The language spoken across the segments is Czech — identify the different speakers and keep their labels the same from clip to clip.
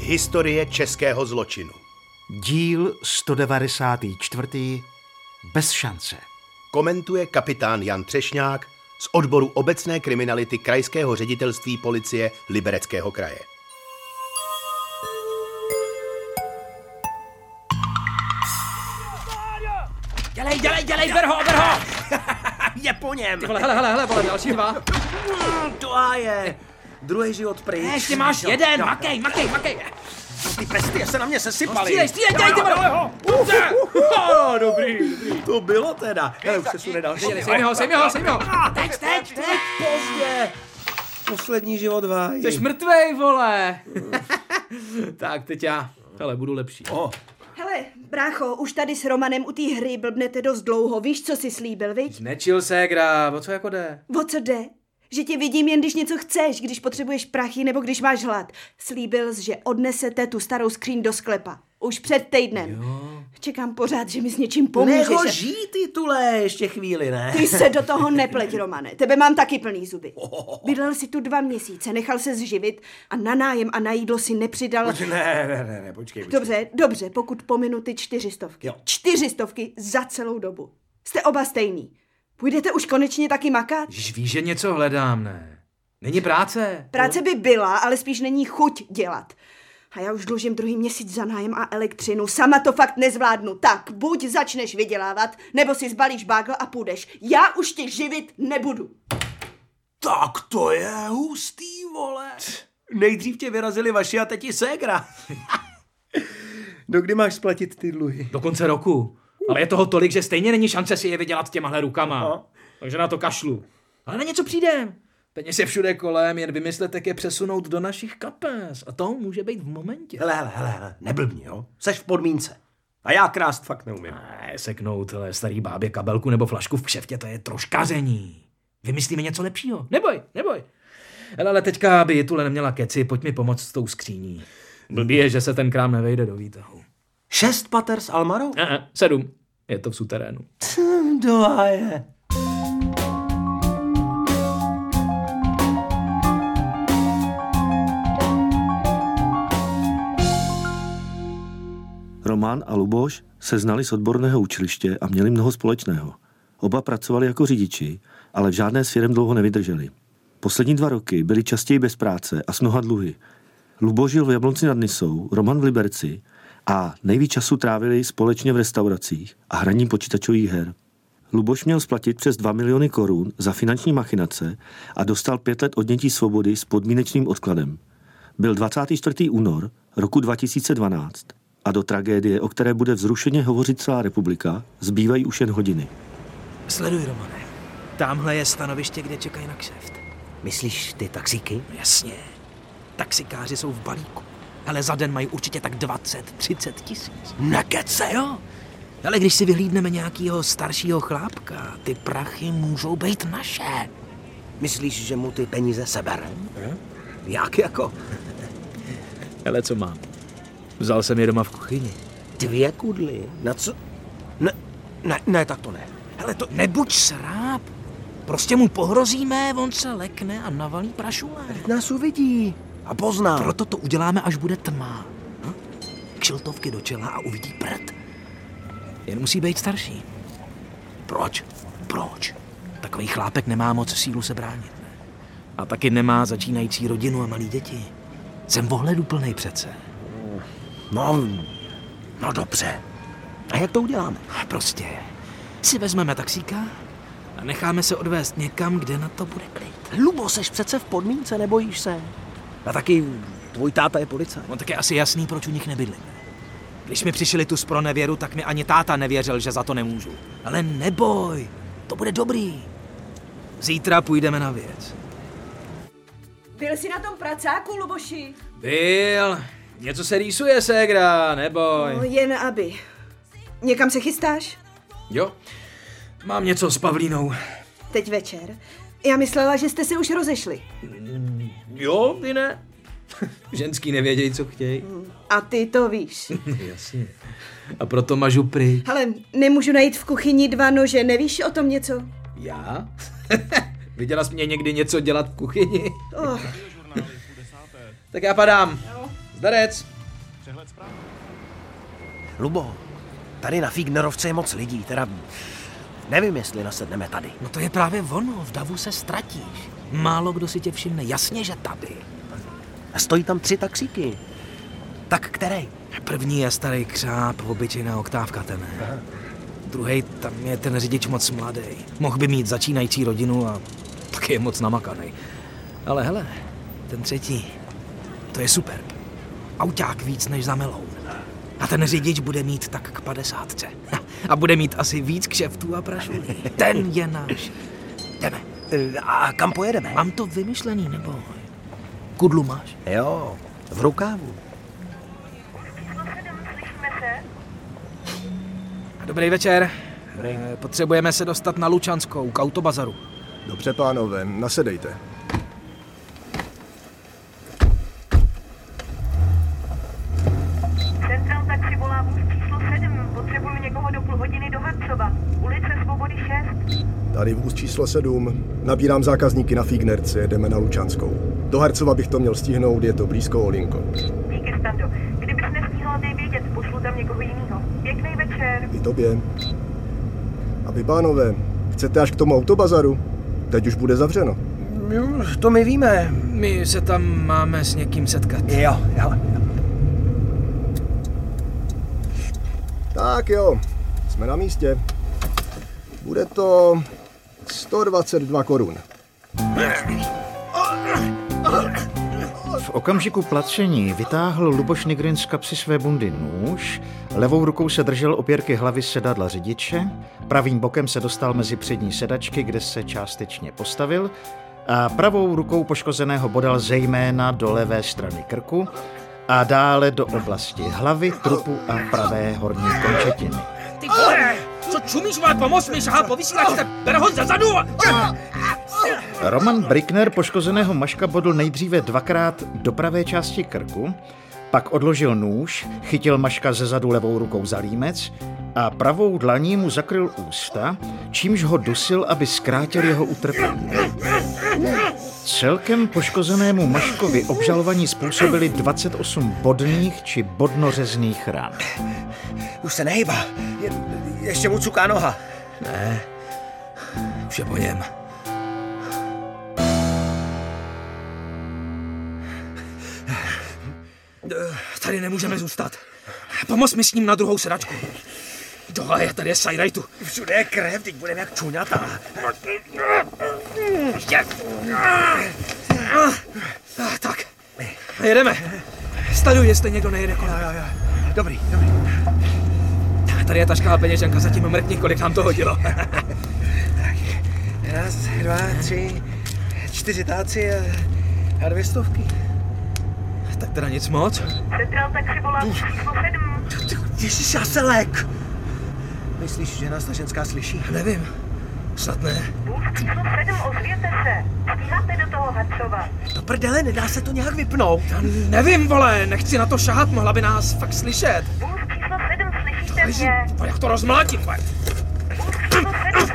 Speaker 1: Historie českého zločinu.
Speaker 2: Díl 194. Bez šance.
Speaker 1: Komentuje kapitán Jan Třešňák z odboru obecné kriminality Krajského ředitelství policie Libereckého kraje.
Speaker 3: Dělej, ber ho!
Speaker 4: Je po něm.
Speaker 3: Hele, vole, další dva.
Speaker 4: To je. Druhý život pryč.
Speaker 3: Ještě máš jeden, makej.
Speaker 4: Ty pesty se na mě sesypaly.
Speaker 3: Střílej, dělej ho! Dobrý.
Speaker 4: To bylo teda. Hele, už se sune další.
Speaker 3: Sejmi ho. Teď.
Speaker 4: Pozdě. Poslední život váhy.
Speaker 3: Jsi mrtvej, vole. Tak, teď já. Hele, budu lepší.
Speaker 5: Hele, brácho, už tady s Romanem u té hry blbnete dost dlouho. Víš, co jsi slíbil, viď?
Speaker 3: Nečil ségra, o co jako jde?
Speaker 5: O co jde? Že tě vidím jen, když něco chceš, když potřebuješ prachy nebo když máš hlad. Slíbil jsi, že odnesete tu starou skříň do sklepa. Už před týdnem.
Speaker 3: Jo.
Speaker 5: Čekám pořád, že mi s něčím pomůžeš.
Speaker 4: Nehoží titule ještě chvíli, ne?
Speaker 5: Ty se do toho nepleť, Romane. Tebe mám taky plný zuby. Bydlel si tu 2 měsíce, nechal se zživit a na nájem a na jídlo si nepřidal...
Speaker 4: Ne, počkej.
Speaker 5: Dobře, pokud pominu ty 400.
Speaker 4: Jo.
Speaker 5: 400 za celou dobu. Jste oba stejný. Půjdete už konečně taky makat?
Speaker 3: Ježiš, víš, že něco hledám, ne? Není práce.
Speaker 5: Práce by byla, ale spíš není chuť dělat. A já už dlužím 2. měsíc za nájem a elektřinu. Sama to fakt nezvládnu. Tak buď začneš vydělávat, nebo si zbalíš bágl a půjdeš. Já už tě živit nebudu.
Speaker 4: Tak to je hustý, vole. Nejdřív tě vyrazili vaši a teď i ségra. Dokdy máš splatit ty dluhy?
Speaker 3: Do konce roku. Ale je toho tolik, že stejně není šance si je vydělat těmahle rukama.
Speaker 4: No.
Speaker 3: Takže na to kašlu. Ale na něco přijdem. Peněz je všude kolem, jen vymyslete, jak je přesunout do našich kapes. A to může být v momentě.
Speaker 4: Hele, neblbni, jo? Seš v podmínce. A já krást fakt neumím.
Speaker 3: Seknout starý bábě kabelku nebo flašku v kšeftě, to je troškaření. Vymyslíme něco lepšího. Neboj. Ale teďka by Jitule neměla keci, pojď mi pomoct s tou skříní. Blbý je, že se ten krám nevejde do výtahu.
Speaker 4: 6 pater s Almarou?
Speaker 3: 7. Je to v suterénu.
Speaker 4: Dohaje.
Speaker 6: Roman a Luboš se znali z odborného učiliště a měli mnoho společného. Oba pracovali jako řidiči, ale v žádné z firem dlouho nevydrželi. Poslední 2 roky byli častěji bez práce a s mnoha dluhy. Luboš žil v Jablonci nad Nisou, Roman v Liberci a nejvíc času trávili společně v restauracích a hraním počítačových her. Luboš měl splatit přes 2 miliony korun za finanční machinace a dostal 5 let odnětí svobody s podmínečným odkladem. Byl 24. únor roku 2012 a do tragédie, o které bude vzrušeně hovořit celá republika, zbývají už jen hodiny.
Speaker 3: Sleduj, Romane. Tamhle je stanoviště, kde čekají na kšeft.
Speaker 4: Myslíš ty taxíky?
Speaker 3: Jasně. Taxikáři jsou v balíku. Ale za den mají určitě tak 20-30 tisíc.
Speaker 4: Nekece,
Speaker 3: Jo. Ale když si vyhlídneme nějakýho staršího chlápka, ty prachy můžou být naše.
Speaker 4: Myslíš, že mu ty peníze seberem? Jak jako?
Speaker 3: Hele, co mám? Vzal jsem je doma v kuchyni.
Speaker 4: 2 kudly? Na co? Ne, tak to ne.
Speaker 3: Hele, to nebuď sráp. Prostě mu pohrozíme, on se lekne a navalí prašule.
Speaker 4: Nás uvidí a pozná.
Speaker 3: Proto to uděláme, až bude tma. Kšiltovky do čela a uvidí prd. Jen musí být starší. Proč? Takový chlápek nemá moc sílu se bránit. Ne? A taky nemá začínající rodinu a malý děti. Jsem ohleduplnej přece.
Speaker 4: No dobře. A jak to uděláme?
Speaker 3: Prostě si vezmeme taxíka a necháme se odvést někam, kde na to bude klid.
Speaker 4: Lubo, seš přece v podmínce, nebojíš se? A taky tvůj táta je policajt.
Speaker 3: No tak je asi jasný, proč u nich nebydlíme. Když mi přišli tu pro nevěru, tak mi ani táta nevěřil, že za to nemůžu. Ale neboj, to bude dobrý. Zítra půjdeme na věc.
Speaker 5: Byl jsi na tom pracáku, Luboši?
Speaker 3: Byl. Něco se rýsuje, ségra, neboj.
Speaker 5: No, jen aby. Někam se chystáš?
Speaker 3: Jo, mám něco s Pavlínou.
Speaker 5: Teď večer. Já myslela, že jste se už rozešli.
Speaker 3: Jo, ty ne. Ženský nevědějí, co chtějí.
Speaker 5: A ty to víš.
Speaker 3: Jasně. A proto mažu pryč.
Speaker 5: Ale nemůžu najít v kuchyni 2 nože, nevíš o tom něco?
Speaker 3: Já? Viděla jsi mě někdy něco dělat v kuchyni?
Speaker 5: Oh.
Speaker 3: Tak já padám. Zdarec.
Speaker 7: Lubo, tady na Fígnerovce je moc lidí, teda nevím, jestli nasedneme tady.
Speaker 3: No to je právě ono, v davu se ztratíš. Málo kdo si tě všimne, jasně, že tady.
Speaker 7: A stojí tam 3 taxíky. Tak který?
Speaker 3: První je starý křáp, obyčejná oktávka ten. Druhý, tam je ten řidič moc mladý. Mohl by mít začínající rodinu a taky je moc namakaný. Ale hele, ten třetí, to je super. Auťák víc než za meloun. A ten řidič bude mít tak k 50. A bude mít asi víc kšeftů a prašulí. Ten je náš. Jdeme.
Speaker 7: A kam pojedeme?
Speaker 3: Mám to vymyšlený, nebo kudlu máš?
Speaker 7: Jo, v rukávu.
Speaker 3: Dobrý večer. Potřebujeme se dostat na Lučanskou, k autobazaru.
Speaker 8: Dobře, pánové, nasedejte.
Speaker 9: Central taxi volá vůz číslo 7. Potřebuju někoho do půl hodiny do Harcova. Ulice Svobody 6.
Speaker 8: Tady vůz číslo 7. Nabírám zákazníky na Fígnerce, jedeme na Lučanskou. Do Harcova bych to měl stihnout, je to blízko Olinko.
Speaker 9: Díky, Stando. Kdybys nestíhal, dej vědět, pošlu tam někoho jiného. Pěkný večer.
Speaker 8: I tobě. A vy, pánové, chcete až k tomu autobazaru? Teď už bude zavřeno.
Speaker 7: To my víme.
Speaker 3: My se tam máme s někým setkat.
Speaker 7: Jo.
Speaker 8: Tak jo, jsme na místě. Bude to 122 korun.
Speaker 2: V okamžiku placení vytáhl Luboš Nigrin z kapsy své bundy nůž, levou rukou se držel opěrky hlavy sedadla řidiče, pravým bokem se dostal mezi přední sedačky, kde se částečně postavil, a pravou rukou poškozeného bodal zejména do levé strany krku a dále do oblasti hlavy, trupu a pravé horní končetiny.
Speaker 3: Ty vole, co čumíš, vole, pomoz mi, šahá po vysílačce, ber ho zezadu!
Speaker 2: Roman Brickner poškozeného Maška bodl nejdříve 2krát do pravé části krku, pak odložil nůž, chytil Maška zezadu levou rukou za límec a pravou dlaní mu zakryl ústa, čímž ho dusil, aby zkrátil jeho utrpení. Celkem poškozenému Maškovi obžalovaní způsobili 28 bodných či bodnořezných ran.
Speaker 7: Už se nehýbá. Ještě mu cuká noha.
Speaker 3: Ne, už je po něm. Tady nemůžeme zůstat. Pomoz mi s ním na druhou sedačku. Dole, tady je sajrajtu.
Speaker 7: Všude je krev, teď budeme jak čuňata.
Speaker 3: Tak, jedeme. Sleduj, jestli někdo nejede kolem.
Speaker 7: Jo. Dobrý.
Speaker 3: Tady je taška peněženka, zatím mrkni, kolik nám to hodilo.
Speaker 7: Tak, 1, 2, 3, 4 táci a 200.
Speaker 3: Tak teda nic moc.
Speaker 9: Central taxi volá vůz číslo 7.
Speaker 7: Ježiš, já se lék. Myslíš, že nás ta ženská slyší?
Speaker 3: Nevím, snad ne.
Speaker 9: Vůz číslo 7, ozvěte se. Stíháte do toho Harcova.
Speaker 7: Do prdele, nedá se to nějak vypnout.
Speaker 3: Já nevím, vole, nechci na to šahat, mohla by nás fakt slyšet.
Speaker 9: Vůz číslo 7, slyšíte mě?
Speaker 3: Jak to rozmlátím, vole.
Speaker 9: Vůz číslo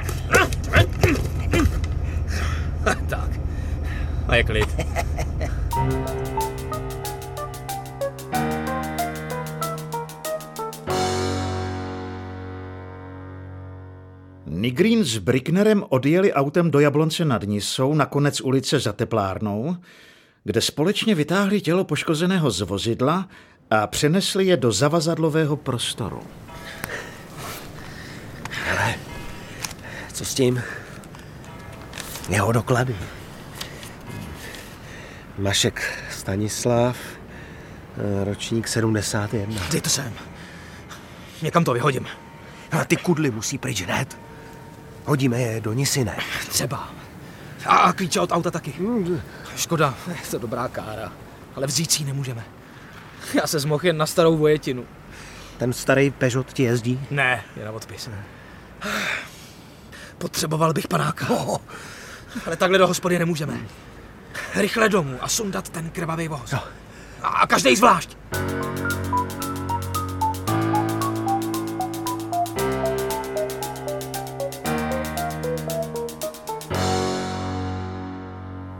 Speaker 9: 7.
Speaker 3: Tak, a je klid.
Speaker 2: Nigrin s Bricknerem odjeli autem do Jablonce nad Nisou na konec ulice za teplárnou, kde společně vytáhli tělo poškozeného z vozidla a přenesli je do zavazadlového prostoru.
Speaker 7: Hele, co s tím? Jeho doklady. Mašek Stanislav, ročník 71.
Speaker 3: Dej to sem. Někam to vyhodím.
Speaker 7: A ty kudly musí pryč hned. Hodíme je do Nisy, ne?
Speaker 3: Třeba. A klíče od auta taky. Škoda, je to dobrá kára. Ale vzít si ji nemůžeme. Já se zmohl jen na starou vojetinu.
Speaker 7: Ten starý Peugeot ti jezdí?
Speaker 3: Ne, je na odpis. Potřeboval bych panáka. Ale takhle do hospody nemůžeme. Rychle domů a sundat ten krvavý voz. A každej zvlášť.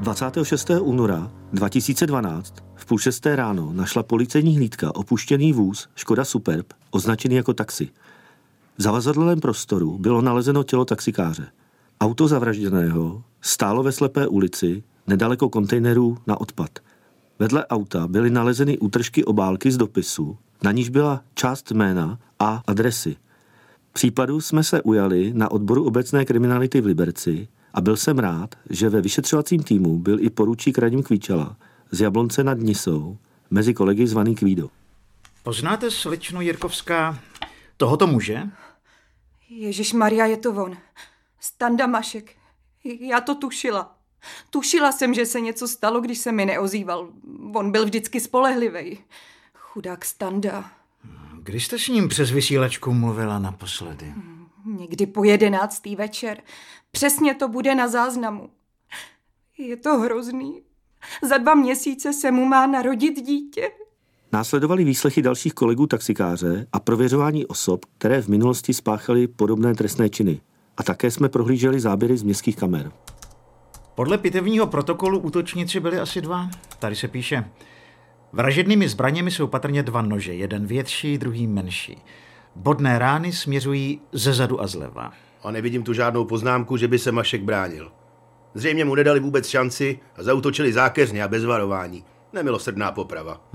Speaker 6: 26. února 2012 v 5:30 ráno našla policejní hlídka opuštěný vůz Škoda Superb, označený jako taxi. V zavazadlovém prostoru bylo nalezeno tělo taxikáře. Auto zavražděného stálo ve slepé ulici nedaleko kontejnerů na odpad. Vedle auta byly nalezeny útržky obálky z dopisu, na níž byla část jména a adresy. Případu jsme se ujali na odboru obecné kriminality v Liberci a byl jsem rád, že ve vyšetřovacím týmu byl i poručík Radim Kvíčela z Jablonce nad Nisou, mezi kolegy zvaný Kvído.
Speaker 2: Poznáte, slečno Jirkovská, tohoto muže?
Speaker 10: Ježišmarja, je to on. Standa Mašek. Já to tušila. Tušila jsem, že se něco stalo, když se mi neozýval. On byl vždycky spolehlivý. Chudák Standa.
Speaker 2: Kdy jste s ním přes vysílačku mluvila naposledy?
Speaker 10: Někdy po 11. večer. Přesně to bude na záznamu. Je to hrozný. Za 2 měsíce se mu má narodit dítě.
Speaker 6: Následovaly výslechy dalších kolegů taxikáře a prověřování osob, které v minulosti spáchaly podobné trestné činy. A také jsme prohlíželi záběry z městských kamer.
Speaker 2: Podle pitevního protokolu útočníci byli asi 2. Tady se píše: vražednými zbraněmi jsou patrně 2 nože, jeden větší, druhý menší. Bodné rány směřují ze zadu a zleva.
Speaker 1: A nevidím tu žádnou poznámku, že by se Mašek bránil. Zřejmě mu nedali vůbec šanci a zaútočili zákeřně a bez varování. Nemilosrdná poprava.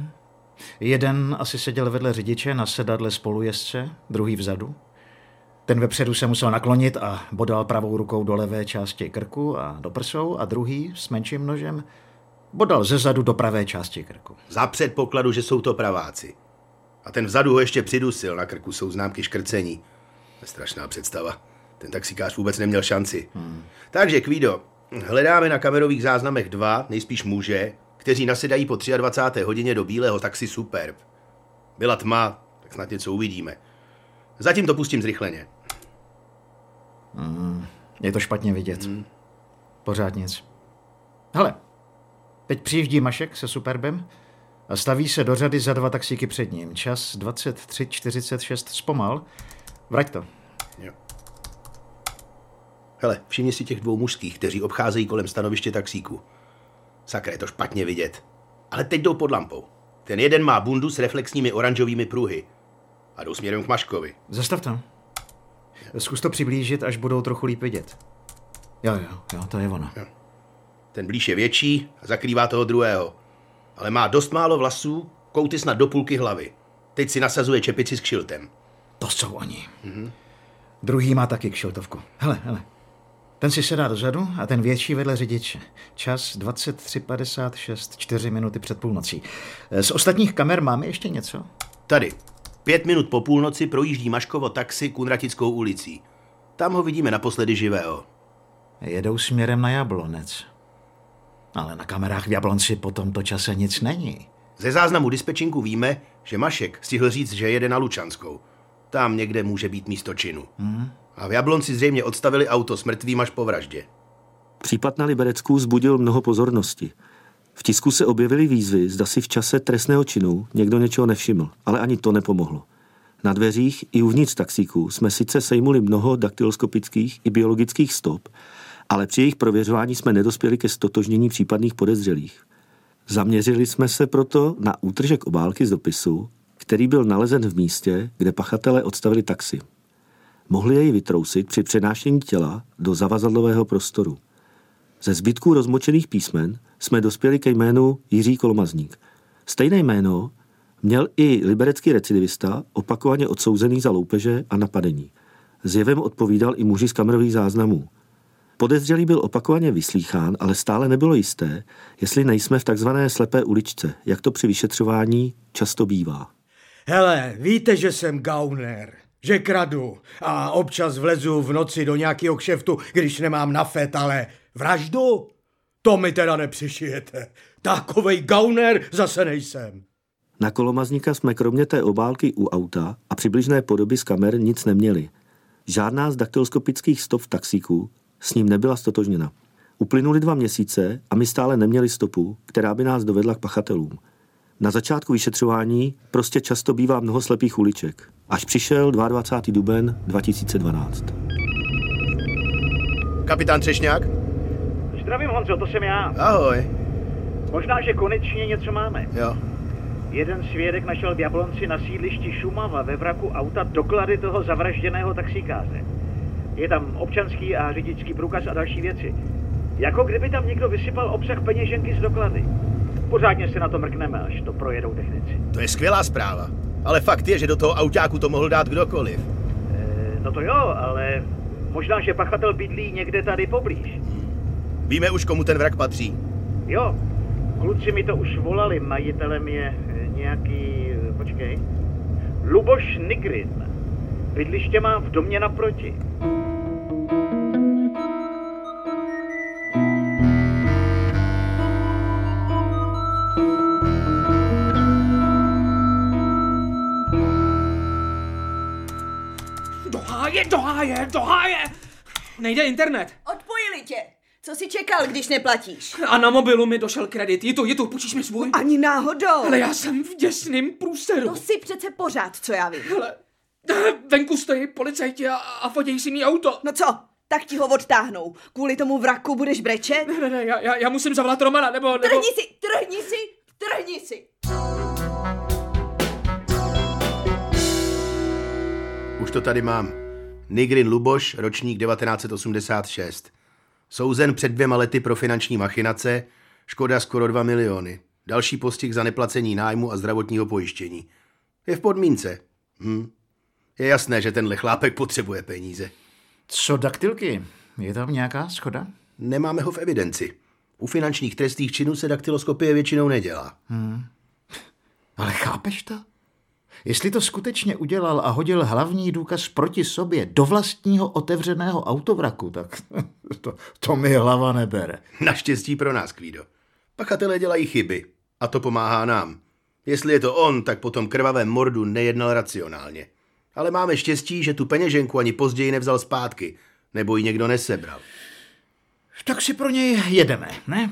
Speaker 2: Jeden asi seděl vedle řidiče na sedadle spolujezdce, druhý vzadu. Ten vepředu se musel naklonit a bodal pravou rukou do levé části krku a do prsou a druhý s menším nožem bodal ze zadu do pravé části krku.
Speaker 1: Za předpokladu, že jsou to praváci. A ten vzadu ho ještě přidusil, na krku jsou známky škrcení. Strašná představa. Ten taxikář vůbec neměl šanci. Takže, Kvído, hledáme na kamerových záznamech 2, nejspíš muže, kteří nasedají po 23. hodině do bílého taxi Superb. Byla tma, tak snad něco uvidíme. Zatím to pustím zrychleně.
Speaker 2: Je to špatně vidět. Pořád nic. Hele, teď přijíždí Mašek se Superbem a staví se do řady za 2 taxíky před ním. Čas 23:46, zpomal. Vrať to.
Speaker 1: Jo. Hele, všimni si těch 2 mužských, kteří obcházejí kolem stanoviště taxíku. Sakra, je to špatně vidět. Ale teď jdou pod lampou. Ten jeden má bundu s reflexními oranžovými pruhy. A jdou směrem k Maškovi.
Speaker 2: Zastav to. Zkus to přiblížit, až budou trochu líp vidět. Jo, to je ono. Jo.
Speaker 1: Ten blíž je větší a zakrývá toho druhého. Ale má dost málo vlasů, kouty snad do půlky hlavy. Teď si nasazuje čepici s kšiltem.
Speaker 2: To jsou oni. Druhý má taky kšiltovku. Hele. Ten si sedá dozadu a ten větší vedle řidiče. Čas 23:56, 4 minuty před půlnocí. Z ostatních kamer máme ještě něco?
Speaker 1: Tady. 5 minut po půlnoci projíždí Maškovo taxi Kunratickou ulicí. Tam ho vidíme naposledy živého.
Speaker 2: Jedou směrem na Jablonec. Ale na kamerách v Jablonci po tomto čase nic není.
Speaker 1: Ze záznamu dispečinku víme, že Mašek stihl říct, že jede na Lučanskou. Tam někde může být místo činu. A v Jablonci zřejmě odstavili auto s mrtvým až po vraždě.
Speaker 6: Případ na Liberecku vzbudil mnoho pozornosti. V tisku se objevily výzvy, zda si v čase trestného činu někdo něčeho nevšiml, ale ani to nepomohlo. Na dveřích i uvnitř taxíku jsme sice sejmuli mnoho daktyloskopických i biologických stop, ale při jejich prověřování jsme nedospěli ke ztotožnění případných podezřelých. Zaměřili jsme se proto na útržek obálky z dopisu, který byl nalezen v místě, kde pachatelé odstavili taxi. Mohli jej vytrousit při přenášení těla do zavazadlového prostoru. Ze zbytků rozmočených písmen jsme dospěli ke jménu Jiří Kolomazník. Stejné jméno měl i liberecký recidivista, opakovaně odsouzený za loupeže a napadení. Zjevem odpovídal i muži z kamerových záznamů. Podezřelý byl opakovaně vyslýchán, ale stále nebylo jisté, jestli nejsme v takzvané slepé uličce, jak to při vyšetřování často bývá.
Speaker 11: Hele, víte, že jsem gauner, že kradu a občas vlezu v noci do nějakého kšeftu, když nemám na fet, ale vraždu? To mi teda nepřišijete. Takovej gauner zase nejsem.
Speaker 6: Na Kolomazníka jsme kromě té obálky u auta a přibližné podoby z kamer nic neměli. Žádná z daktyloskopických stop v taxíku s ním nebyla stotožněna. Uplynuly 2 měsíce a my stále neměli stopu, která by nás dovedla k pachatelům. Na začátku vyšetřování prostě často bývá mnoho slepých uliček. Až přišel 22. duben 2012.
Speaker 1: Kapitán Třešňák?
Speaker 12: Zdravím, Honzo, to jsem já.
Speaker 1: Ahoj.
Speaker 12: Možná, že konečně něco máme.
Speaker 1: Jo.
Speaker 12: Jeden svědek našel v Jablonci na sídlišti Šumava ve vraku auta doklady toho zavražděného taxikáře. Je tam občanský a řidičský průkaz a další věci. Jako kdyby tam někdo vysypal obsah peněženky z doklady. Pořádně se na to mrkneme, až to projedou technici.
Speaker 1: To je skvělá zpráva. Ale fakt je, že do toho autáku to mohl dát kdokoliv.
Speaker 12: No to jo, ale možná, že pachatel bydlí někde tady poblíž.
Speaker 1: Víme už, komu ten vrak patří?
Speaker 12: Jo, kluci mi to už volali, majitelem je nějaký, počkej, Luboš Nigrin. Bydliště má v domě naproti.
Speaker 3: Do háje! Nejde internet.
Speaker 5: Odpojili tě. Co jsi čekal, když neplatíš?
Speaker 3: A na mobilu mi došel kredit. Jitu, půjčíš mi svůj?
Speaker 5: Ani náhodou.
Speaker 3: Ale já jsem v děsným průseru.
Speaker 5: To si přece pořád, co já vím.
Speaker 3: Hele, venku stojí policajti a fotějí si mý auto.
Speaker 5: No co? Tak ti ho odtáhnou. Kvůli tomu vraku budeš brečet?
Speaker 3: Ne, já musím zavolat Romana, nebo...
Speaker 5: Trhni si!
Speaker 1: Už to tady mám. Nigrin Luboš, ročník 1986. Souzen před 2 lety pro finanční machinace, škoda skoro 2 miliony. Další postih za neplacení nájmu a zdravotního pojištění. Je v podmínce. Je jasné, že tenhle chlápek potřebuje peníze.
Speaker 2: Co daktilky? Je tam nějaká shoda?
Speaker 1: Nemáme ho v evidenci. U finančních trestných činů se daktyloskopie většinou nedělá.
Speaker 2: Ale chápeš to? Jestli to skutečně udělal a hodil hlavní důkaz proti sobě do vlastního otevřeného autovraku, tak to mi hlava nebere.
Speaker 1: Naštěstí pro nás, Kvído. Pachatelé dělají chyby a to pomáhá nám. Jestli je to on, tak po tom krvavém mordu nejednal racionálně. Ale máme štěstí, že tu peněženku ani později nevzal zpátky, nebo ji někdo nesebral.
Speaker 2: Tak si pro něj jedeme, ne?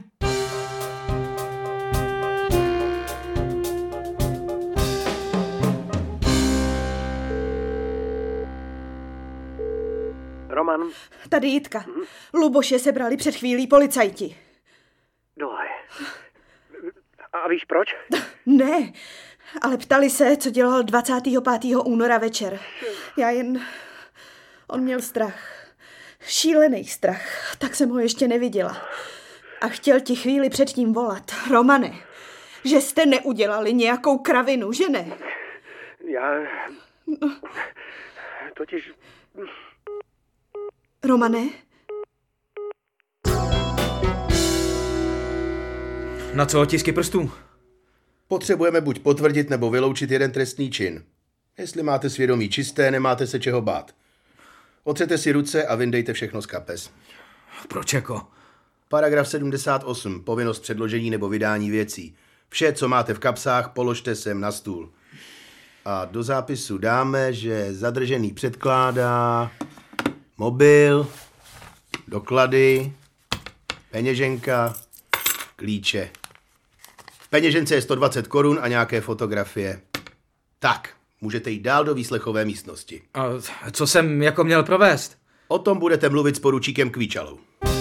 Speaker 7: Roman?
Speaker 5: Tady Jitka. Luboše sebrali před chvílí policajti.
Speaker 7: Dole. A víš proč?
Speaker 5: Ne, ale ptali se, co dělal 25. února večer. On měl strach. Šílený strach. Tak jsem ho ještě neviděla. A chtěl ti chvíli předtím volat. Romane, že jste neudělali nějakou kravinu, že ne?
Speaker 7: Totiž...
Speaker 5: Romane?
Speaker 3: Na co otisky prstů?
Speaker 1: Potřebujeme buď potvrdit nebo vyloučit jeden trestný čin. Jestli máte svědomí čisté, nemáte se čeho bát. Otřete si ruce a vyndejte všechno z kapes.
Speaker 3: Proč jako?
Speaker 1: Paragraf 78. Povinnost předložení nebo vydání věcí. Vše, co máte v kapsách, položte sem na stůl. A do zápisu dáme, že zadržený předkládá mobil, doklady, peněženka, klíče. V peněžence je 120 korun a nějaké fotografie. Tak, můžete jít dál do výslechové místnosti.
Speaker 3: A co jsem jako měl provést?
Speaker 1: O tom budete mluvit s poručíkem Kvíčalou.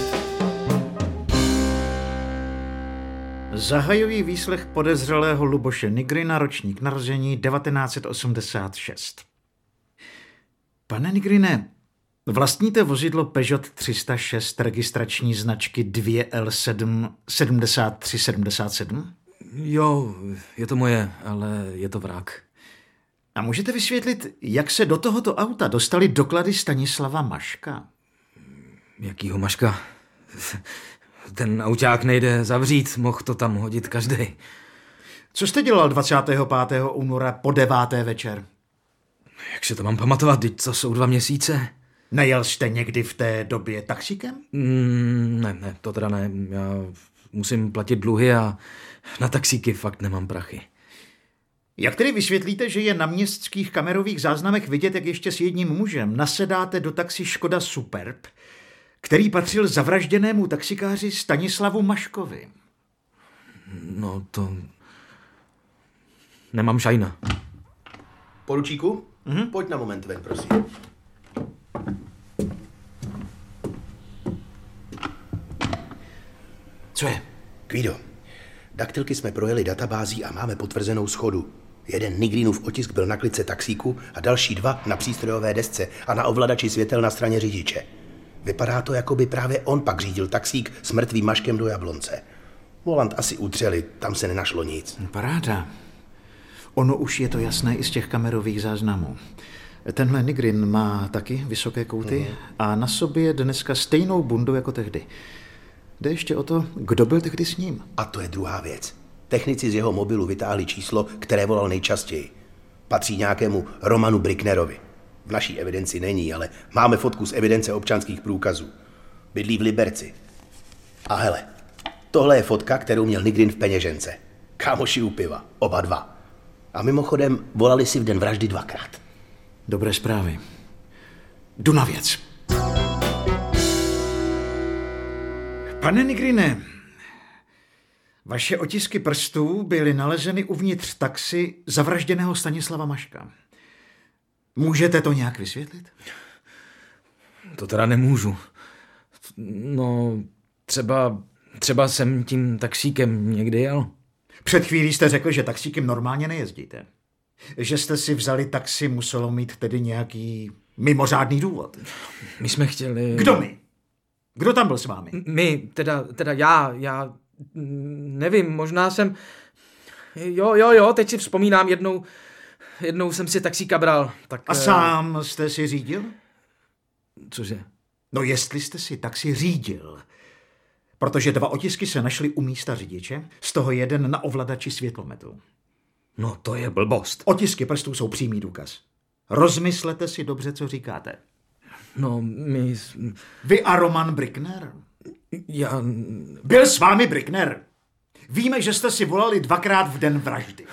Speaker 2: Zahajují výslech podezřelého Luboše Nigrina, ročník narození 1986. Pane Nigrine, vlastníte vozidlo Peugeot 306 registrační značky 2L7 7377?
Speaker 3: Jo, je to moje, ale je to vrak.
Speaker 2: A můžete vysvětlit, jak se do tohoto auta dostaly doklady Stanislava Maška?
Speaker 3: Jakýho Maška? Ten auták nejde zavřít, mohl to tam hodit každej.
Speaker 2: Co jste dělal 25. února po 9. večer?
Speaker 3: Jak se to mám pamatovat, teď co jsou 2 měsíce?
Speaker 2: Nejel jste někdy v té době taxíkem?
Speaker 3: Ne, to teda ne. Já musím platit dluhy a na taxíky fakt nemám prachy.
Speaker 2: Jak tedy vysvětlíte, že je na městských kamerových záznamech vidět, jak ještě s jedním mužem nasedáte do taxi Škoda Superb, který patřil zavražděnému taxikáři Stanislavu Maškovi?
Speaker 3: No to... Nemám šajna.
Speaker 1: Poručíku, pojď na moment ven, prosím.
Speaker 2: Co je?
Speaker 1: Kvído, daktilky jsme projeli databází a máme potvrzenou shodu. Jeden Nigrinův otisk byl na klice taxíku a další 2 na přístrojové desce a na ovladači světel na straně řidiče. Vypadá to, jako by právě on pak řídil taxík s mrtvým Maškem do Jablonce. Volant asi utřeli, tam se nenašlo nic.
Speaker 2: Paráda. Ono už je to jasné i z těch kamerových záznamů. Tenhle Nigrin má taky vysoké kouty a na sobě dneska stejnou bundu jako tehdy. Jde ještě o to, kdo byl tehdy s ním.
Speaker 1: A to je druhá věc. Technici z jeho mobilu vytáhli číslo, které volal nejčastěji. Patří nějakému Romanu Bricknerovi. V naší evidenci není, ale máme fotku z evidence občanských průkazů. Bydlí v Liberci. A hele, tohle je fotka, kterou měl Nigrin v peněžence. Kámoši u piva, oba 2. A mimochodem volali si v den vraždy 2krát.
Speaker 2: Dobré zprávy. Jdu na věc. Pane Nigrine, vaše otisky prstů byly nalezeny uvnitř taxi zavražděného Stanislava Maška. Můžete to nějak vysvětlit?
Speaker 3: To teda nemůžu. No, třeba jsem tím taxíkem někdy jel.
Speaker 2: Před chvílí jste řekl, že taxíkem normálně nejezdíte. Že jste si vzali taxi, muselo mít tedy nějaký mimořádný důvod.
Speaker 3: My jsme chtěli...
Speaker 2: Kdo my? Kdo tam byl s vámi?
Speaker 3: My, teda já nevím, možná jsem... Jo, teď si vzpomínám, jednou jsem si taxíka bral. Tak,
Speaker 2: a sám jste si řídil?
Speaker 3: Cože?
Speaker 2: No jestli jste si taxi řídil, protože 2 otisky se našly u místa řidiče, z toho jeden na ovladači světlometu.
Speaker 3: No to je blbost.
Speaker 2: Otisky prstů jsou přímý důkaz. Rozmyslete si dobře, co říkáte.
Speaker 3: No, my...
Speaker 2: Vy a Roman Brickner?
Speaker 3: Já...
Speaker 2: Byl s vámi Brickner. Víme, že jste si volali 2krát v den vraždy.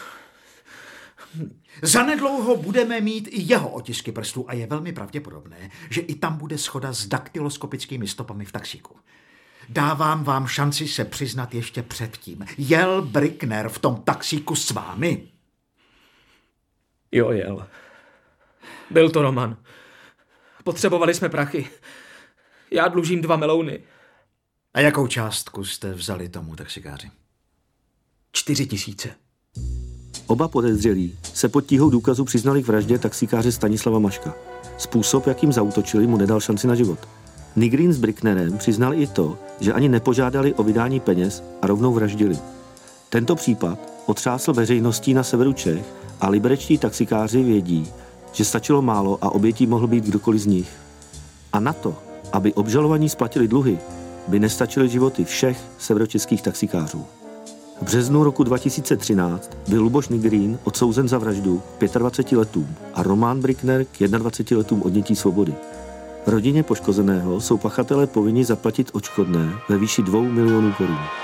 Speaker 2: Zanedlouho budeme mít i jeho otisky prstů a je velmi pravděpodobné, že i tam bude shoda s daktyloskopickými stopami v taxíku. Dávám vám šanci se přiznat ještě předtím. Jel Brickner v tom taxíku s vámi?
Speaker 3: Jo, jel. Byl to Roman. Potřebovali jsme prachy. Já dlužím 2 melouny.
Speaker 2: A jakou částku jste vzali tomu taxikáři?
Speaker 3: 4 000.
Speaker 6: Oba podezřelí se pod tíhou důkazu přiznali k vraždě taxikáře Stanislava Maška. Způsob, jakým zaútočili, mu nedal šanci na život. Nigrin s Bricknerem přiznali i to, že ani nepožádali o vydání peněz a rovnou vraždili. Tento případ otřásl veřejností na severu Čech a liberečtí taxikáři vědí, že stačilo málo a obětí mohl být kdokoliv z nich. A na to, aby obžalovaní splatili dluhy, by nestačily životy všech severočeských taxikářů. V březnu roku 2013 byl Luboš Nigrin odsouzen za vraždu 25 letům a Roman Brickner k 21 letům odnětí svobody. Rodině poškozeného jsou pachatelé povinni zaplatit odškodné ve výši 2 milionů korun.